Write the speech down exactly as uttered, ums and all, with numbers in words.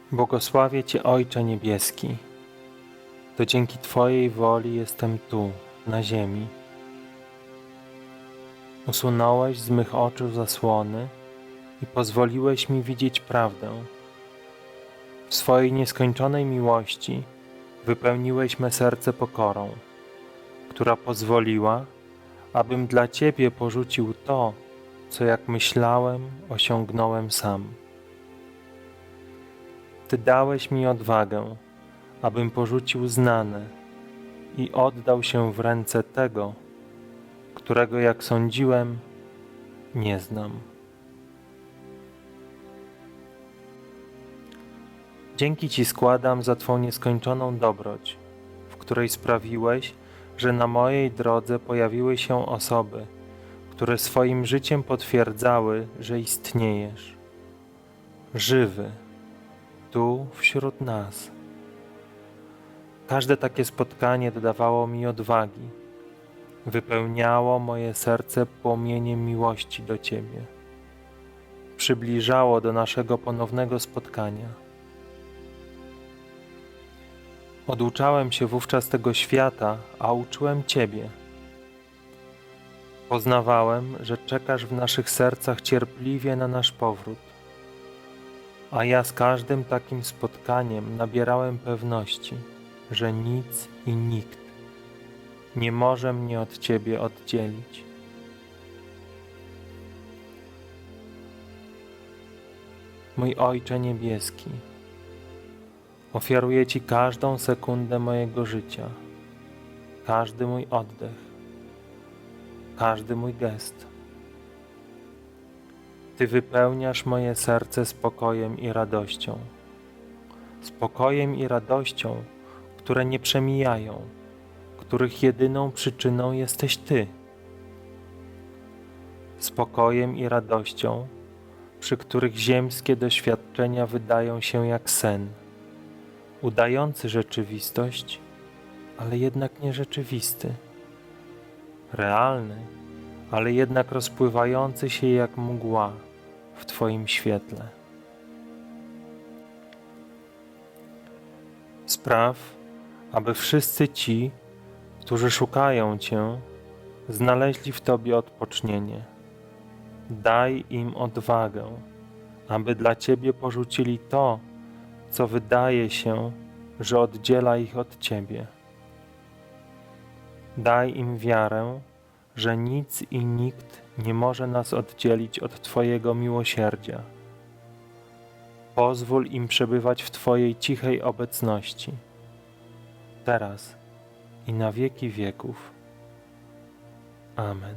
Błogosławię Cię, Ojcze Niebieski. To dzięki Twojej woli jestem tu, na ziemi. Usunąłeś z mych oczu zasłony i pozwoliłeś mi widzieć prawdę. W swojej nieskończonej miłości wypełniłeś me serce pokorą, która pozwoliła, abym dla Ciebie porzucił to, co jak myślałem, osiągnąłem sam. Ty dałeś mi odwagę, abym porzucił znane i oddał się w ręce tego, którego, jak sądziłem, nie znam. Dzięki Ci składam za Twą nieskończoną dobroć, w której sprawiłeś, że na mojej drodze pojawiły się osoby, które swoim życiem potwierdzały, że istniejesz. Żywy, tu wśród nas. Każde takie spotkanie dodawało mi odwagi, wypełniało moje serce płomieniem miłości do Ciebie, przybliżało do naszego ponownego spotkania. Oduczałem się wówczas tego świata, a uczyłem Ciebie. Poznawałem, że czekasz w naszych sercach cierpliwie na nasz powrót, a ja z każdym takim spotkaniem nabierałem pewności, że nic i nikt nie może mnie od Ciebie oddzielić. Mój Ojcze Niebieski, ofiaruję Ci każdą sekundę mojego życia, każdy mój oddech, każdy mój gest. Ty wypełniasz moje serce spokojem i radością, spokojem i radością, które nie przemijają, których jedyną przyczyną jesteś Ty. Spokojem i radością, przy których ziemskie doświadczenia wydają się jak sen, udający rzeczywistość, ale jednak nierzeczywisty, realny, ale jednak rozpływający się jak mgła w Twoim świetle. Spraw, aby wszyscy ci, którzy szukają Cię, znaleźli w Tobie odpocznienie. Daj im odwagę, aby dla Ciebie porzucili to, co wydaje się, że oddziela ich od Ciebie. Daj im wiarę, że nic i nikt nie może nas oddzielić od Twojego miłosierdzia. Pozwól im przebywać w Twojej cichej obecności, teraz i na wieki wieków. Amen.